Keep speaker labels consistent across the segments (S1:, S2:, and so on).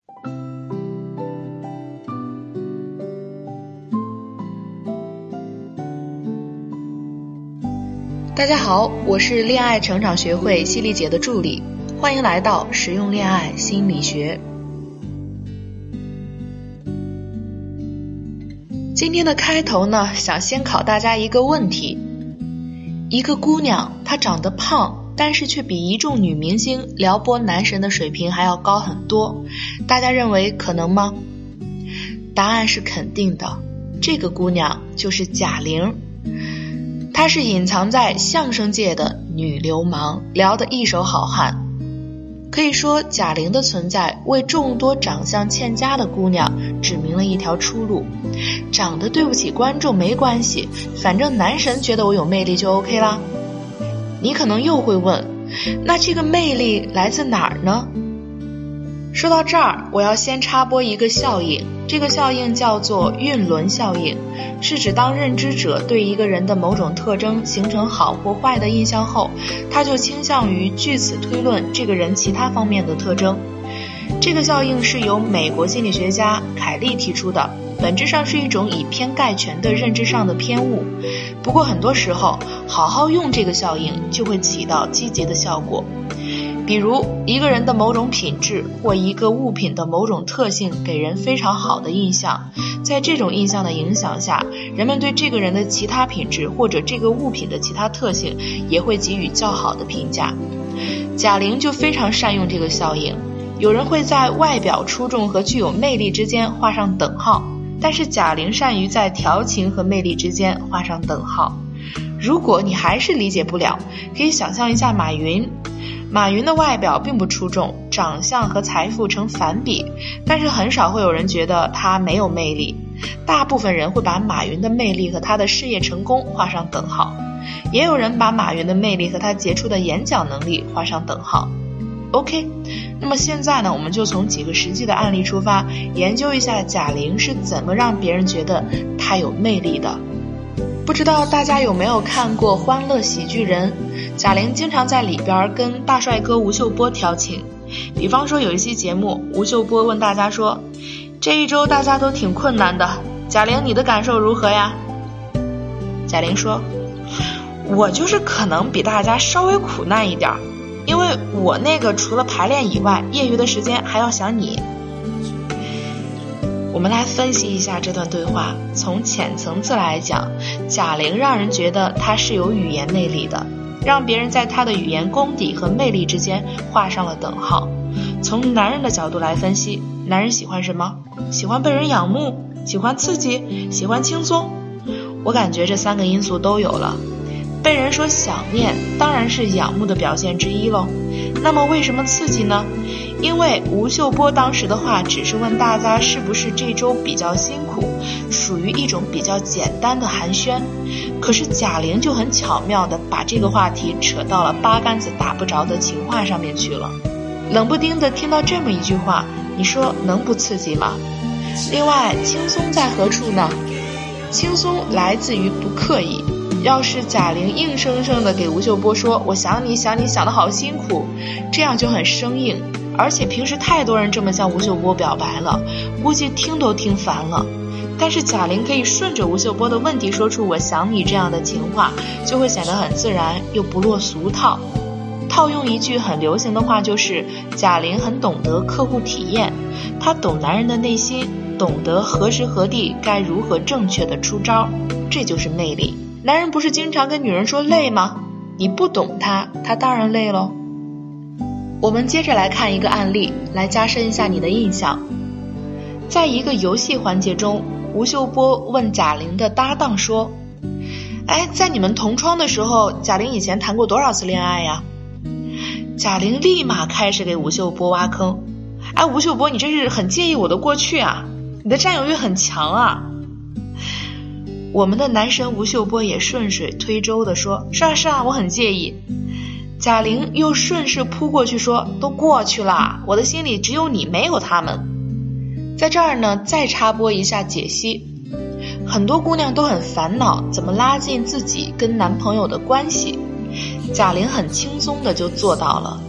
S1: 大家好，我是恋爱成长学会犀利姐的助理，欢迎来到实用恋爱心理学。今天的开头呢，想先考大家一个问题：一个姑娘，她长得胖，但是却比一众女明星撩拨男神的水平还要高很多，大家认为可能吗？答案是肯定的，这个姑娘就是贾玲。她是隐藏在相声界的女流氓，撩得一手好汉。可以说贾玲的存在为众多长相欠佳的姑娘指明了一条出路。长得对不起观众没关系，反正男神觉得我有魅力就 OK 啦。你可能又会问，那这个魅力来自哪儿呢？说到这儿，我要先插播一个效应，这个效应叫做晕轮效应，是指当认知者对一个人的某种特征形成好或坏的印象后，他就倾向于据此推论这个人其他方面的特征。这个效应是由美国心理学家凯利提出的，本质上是一种以偏概全的认知上的偏误。不过很多时候，好好用这个效应就会起到积极的效果。比如一个人的某种品质或一个物品的某种特性给人非常好的印象，在这种印象的影响下，人们对这个人的其他品质或者这个物品的其他特性也会给予较好的评价。贾玲就非常善用这个效应，有人会在外表出众和具有魅力之间画上等号，但是贾玲善于在调情和魅力之间画上等号。如果你还是理解不了，可以想象一下马云。马云的外表并不出众，长相和财富成反比，但是很少会有人觉得他没有魅力。大部分人会把马云的魅力和他的事业成功画上等号，也有人把马云的魅力和他杰出的演讲能力画上等号。OK， 那么现在呢，我们就从几个实际的案例出发，研究一下贾玲是怎么让别人觉得她有魅力的。不知道大家有没有看过《欢乐喜剧人》，贾玲经常在里边跟大帅哥吴秀波调情。比方说有一期节目，吴秀波问大家说，这一周大家都挺困难的，贾玲你的感受如何呀？贾玲说，我就是可能比大家稍微苦难一点，因为我那个除了排练以外，业余的时间还要想你。我们来分析一下这段对话。从浅层次来讲，贾玲让人觉得她是有语言魅力的，让别人在她的语言功底和魅力之间画上了等号。从男人的角度来分析，男人喜欢什么？喜欢被人仰慕，喜欢刺激，喜欢轻松。我感觉这三个因素都有了。被人说想念，当然是仰慕的表现之一咯。那么为什么刺激呢？因为吴秀波当时的话只是问大家是不是这周比较辛苦，属于一种比较简单的寒暄。可是贾玲就很巧妙地把这个话题扯到了八竿子打不着的情话上面去了。冷不丁地听到这么一句话，你说能不刺激吗？另外，轻松在何处呢？轻松来自于不刻意。要是贾玲硬生生地给吴秀波说，我想你想得好辛苦，这样就很生硬，而且平时太多人这么向吴秀波表白了，估计听都听烦了。但是贾玲可以顺着吴秀波的问题说出我想你这样的情话，就会显得很自然又不落俗套。套用一句很流行的话，就是贾玲很懂得客户体验，她懂男人的内心，懂得何时何地该如何正确的出招，这就是魅力。男人不是经常跟女人说累吗？你不懂他，他当然累咯。我们接着来看一个案例，来加深一下你的印象。在一个游戏环节中，吴秀波问贾玲的搭档说，在你们同窗的时候，贾玲以前谈过多少次恋爱呀？贾玲立马开始给吴秀波挖坑。吴秀波，你这是很介意我的过去啊，你的占有欲很强啊。我们的男神吴秀波也顺水推舟地说，是啊，我很介意。贾玲又顺势扑过去说，都过去了，我的心里只有你，没有他们。在这儿呢，再插播一下解析。很多姑娘都很烦恼怎么拉近自己跟男朋友的关系，贾玲很轻松的就做到了。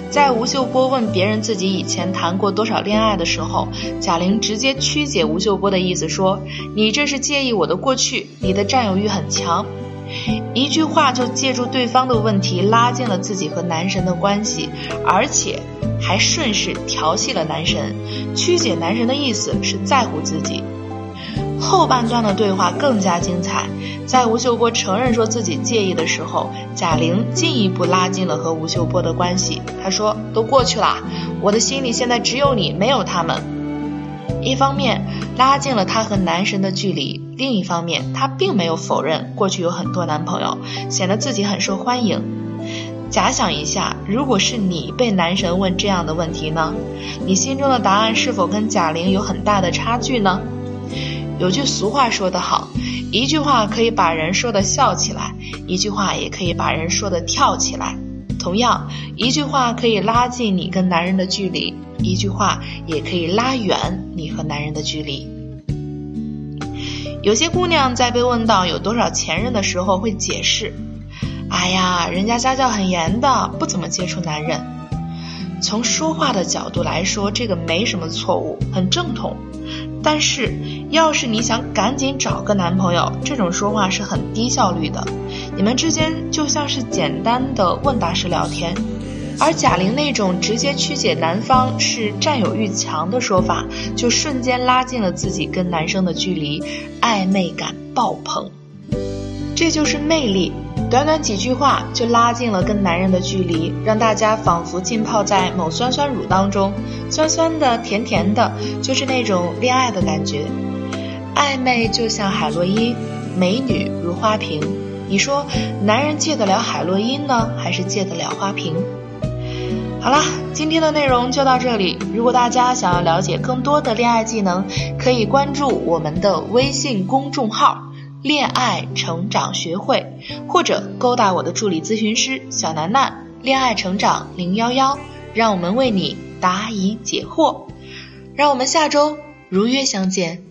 S1: 在吴秀波问别人自己以前谈过多少恋爱的时候，贾玲直接曲解吴秀波的意思说，你这是介意我的过去，你的占有欲很强。一句话就借助对方的问题拉近了自己和男神的关系，而且还顺势调戏了男神，曲解男神的意思是在乎自己。后半段的对话更加精彩，在吴秀波承认说自己介意的时候，贾玲进一步拉近了和吴秀波的关系。她说，都过去了，我的心里现在只有你，没有他们。一方面拉近了她和男神的距离，另一方面她并没有否认过去有很多男朋友，显得自己很受欢迎。假想一下，如果是你被男神问这样的问题呢？你心中的答案是否跟贾玲有很大的差距呢？有句俗话说得好，一句话可以把人说得笑起来，一句话也可以把人说得跳起来。同样，一句话可以拉近你跟男人的距离，一句话也可以拉远你和男人的距离。有些姑娘在被问到有多少前任的时候会解释，哎呀，人家家教很严的，不怎么接触男人。从说话的角度来说，这个没什么错误，很正统。但是要是你想赶紧找个男朋友，这种说话是很低效率的，你们之间就像是简单的问答式聊天。而贾玲那种直接曲解男方是占有欲强的说法，就瞬间拉近了自己跟男生的距离，暧昧感爆棚。这就是魅力，短短几句话就拉近了跟男人的距离，让大家仿佛浸泡在某酸酸乳当中，酸酸的甜甜的，就是那种恋爱的感觉。暧昧就像海洛因，美女如花瓶，你说男人戒得了海洛因呢，还是戒得了花瓶？好啦，今天的内容就到这里。如果大家想要了解更多的恋爱技能，可以关注我们的微信公众号恋爱成长学会，或者勾搭我的助理咨询师小楠楠恋爱成长011，让我们为你答疑解惑。让我们下周如约相见。